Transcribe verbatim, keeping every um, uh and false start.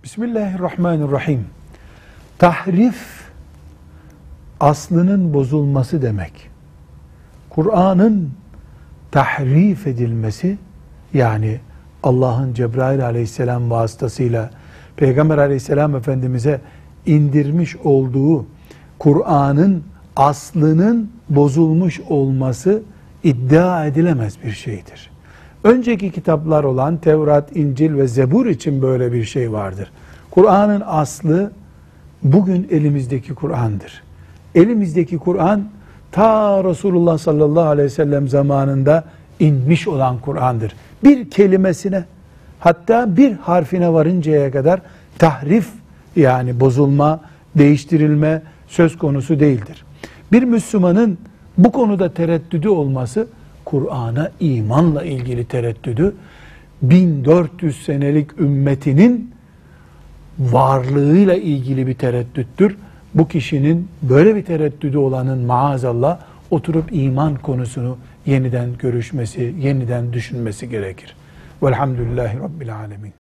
Bismillahirrahmanirrahim. Tahrif, aslının bozulması demek. Kur'an'ın tahrif edilmesi, yani Allah'ın Cebrail aleyhisselam vasıtasıyla Peygamber aleyhisselam Efendimiz'e indirmiş olduğu Kur'an'ın aslının bozulmuş olması iddia edilemez bir şeydir. Önceki kitaplar olan Tevrat, İncil ve Zebur için böyle bir şey vardır. Kur'an'ın aslı bugün elimizdeki Kur'an'dır. Elimizdeki Kur'an ta Resulullah sallallahu aleyhi ve sellem zamanında inmiş olan Kur'an'dır. Bir kelimesine, hatta bir harfine varıncaya kadar tahrif, yani bozulma, değiştirilme söz konusu değildir. Bir Müslümanın bu konuda tereddüdü olması, Kur'an'a imanla ilgili tereddüdü, bin dört yüz senelik ümmetinin varlığıyla ilgili bir tereddüttür. Bu kişinin, böyle bir tereddüdü olanın maazallah oturup iman konusunu yeniden görüşmesi, yeniden düşünmesi gerekir. Velhamdülillahi Rabbil Alemin.